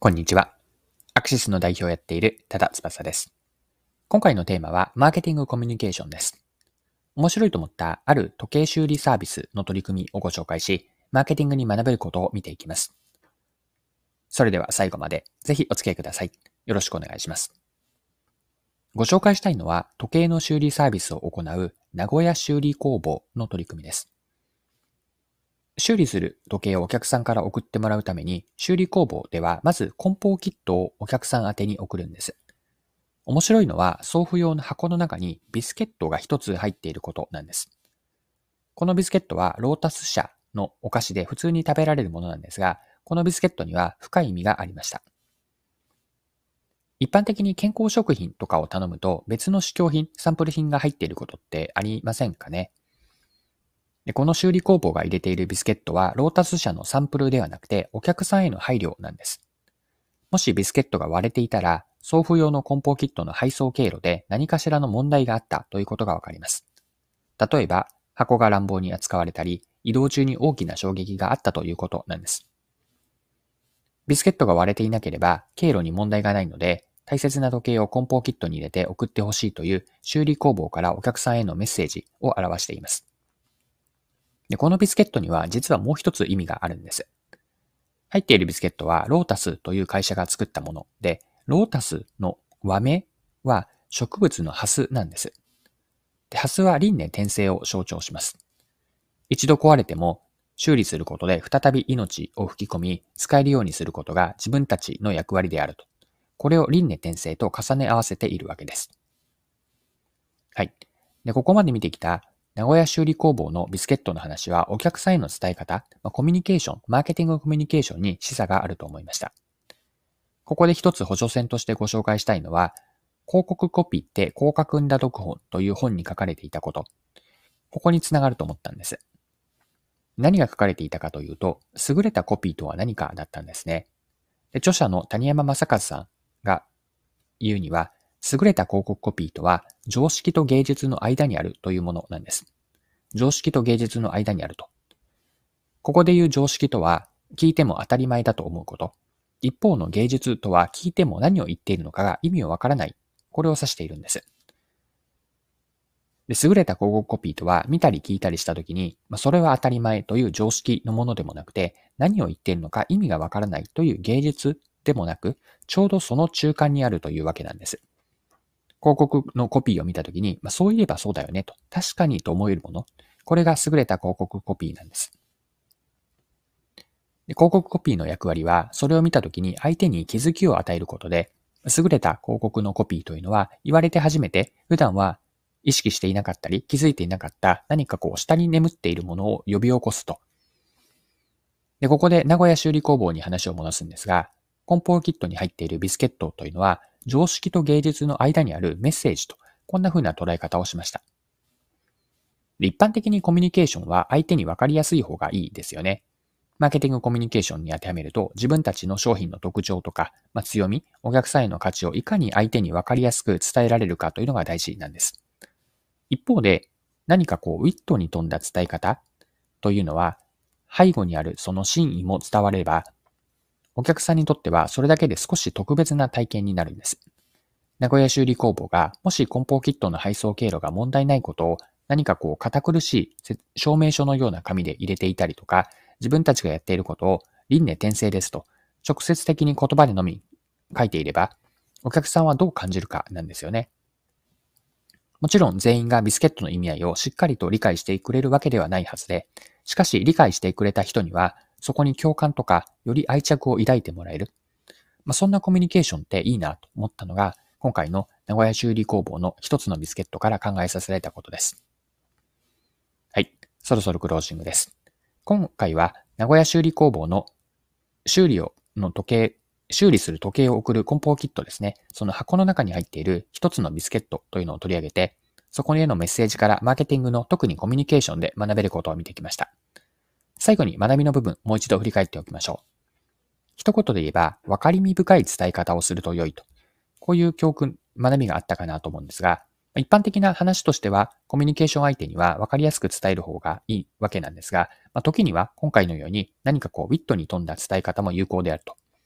こんにちは。アクシスの代表をやっている多田翼です。今回のテーマはマーケティングコミュニケーションです。面白いと思ったある時計修理サービスの取り組みをご紹介し、マーケティングに学べることを見ていきます。それでは最後までぜひお付き合いください。よろしくお願いします。ご紹介したいのは時計の修理サービスを行う名古屋修理工房の取り組みです。修理する時計をお客さんから送ってもらうために、修理工房ではまず梱包キットをお客さん宛てに送るんです。面白いのは送付用の箱の中にビスケットが一つ入っていることなんです。このビスケットはロータス社のお菓子で普通に食べられるものなんですが、このビスケットには深い意味がありました。一般的に健康食品とかを頼むと別の試供品、サンプル品が入っていることってありませんかね。で、この修理工房が入れているビスケットはロータス社のサンプルではなくてお客さんへの配慮なんです。もしビスケットが割れていたら、送付用の梱包キットの配送経路で何かしらの問題があったということがわかります。例えば、箱が乱暴に扱われたり、移動中に大きな衝撃があったということなんです。ビスケットが割れていなければ、経路に問題がないので、大切な時計を梱包キットに入れて送ってほしいという修理工房からお客さんへのメッセージを表しています。で、このビスケットには実はもう一つ意味があるんです。入っているビスケットはロータスという会社が作ったもので、ロータスの和名は植物のハスなんです。で、ハスは輪廻転生を象徴します。一度壊れても修理することで再び命を吹き込み、使えるようにすることが自分たちの役割であると。これを輪廻転生と重ね合わせているわけです。はい。で、ここまで見てきた名古屋修理工房のビスケットの話はお客さんへの伝え方、コミュニケーション、マーケティングコミュニケーションに示唆があると思いました。ここで一つ補助線としてご紹介したいのは、広告コピーって広角んだ読本という本に書かれていたこと。ここにつながると思ったんです。何が書かれていたかというと、優れたコピーとは何かだったんですね。で、著者の谷山正和さんが言うには、優れた広告コピーとは、常識と芸術の間にあるというものなんです。常識と芸術の間にあると。ここで言う常識とは、聞いても当たり前だと思うこと。一方の芸術とは、聞いても何を言っているのかが意味をわからない。これを指しているんです。で、優れた広告コピーとは、見たり聞いたりしたときに、それは当たり前という常識のものでもなくて、何を言っているのか意味がわからないという芸術でもなく、ちょうどその中間にあるというわけなんです。広告のコピーを見たときに、そういえばそうだよねと、確かにと思えるもの。これが優れた広告コピーなんです。で、広告コピーの役割は、それを見たときに相手に気づきを与えることで、優れた広告のコピーというのは、言われて初めて、普段は意識していなかったり、気づいていなかった何か下に眠っているものを呼び起こすと。で、ここで名古屋修理工房に話を戻すんですが、梱包キットに入っているビスケットというのは、常識と芸術の間にあるメッセージと、こんな風な捉え方をしました。で、一般的にコミュニケーションは相手に分かりやすい方がいいですよね。マーケティングコミュニケーションに当てはめると、自分たちの商品の特徴とか、強み、お客さんへの価値をいかに相手に分かりやすく伝えられるかというのが大事なんです。一方で、何かウィットに富んだ伝え方というのは、背後にあるその真意も伝われば、お客さんにとってはそれだけで少し特別な体験になるんです。名古屋修理工房が、もし梱包キットの配送経路が問題ないことを、何か堅苦しい証明書のような紙で入れていたりとか、自分たちがやっていることを輪廻転生ですと、直接的に言葉でのみ書いていれば、お客さんはどう感じるかなんですよね。もちろん全員がビスケットの意味合いをしっかりと理解してくれるわけではないはずで、しかし理解してくれた人には、そこに共感とか、より愛着を抱いてもらえる。そんなコミュニケーションっていいなと思ったのが、今回の名古屋修理工房の一つのビスケットから考えさせられたことです。はい。そろそろクロージングです。今回は名古屋修理工房の修理する時計を送る梱包キットですね。その箱の中に入っている一つのビスケットというのを取り上げて、そこへのメッセージからマーケティングの特にコミュニケーションで学べることを見てきました。最後に学びの部分、もう一度振り返っておきましょう。一言で言えば、分かりみ深い伝え方をすると良いと。こういう学びがあったかなと思うんですが、一般的な話としては、コミュニケーション相手には分かりやすく伝える方がいいわけなんですが、時には今回のように何かウィットに富んだ伝え方も有効であると。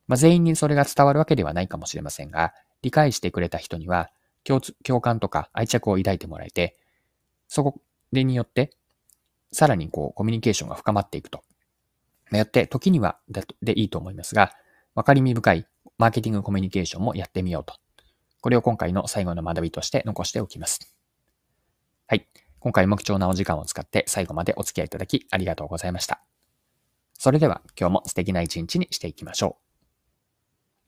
全員にそれが伝わるわけではないかもしれませんが、理解してくれた人には共感とか愛着を抱いてもらえて、それによって、さらにコミュニケーションが深まっていくと。よって、時にはでいいと思いますが、分かりみ深いマーケティングコミュニケーションもやってみようと。これを今回の最後の学びとして残しておきます。はい。今回も貴重なお時間を使って最後までお付き合いいただきありがとうございました。それでは今日も素敵な一日にしていきましょう。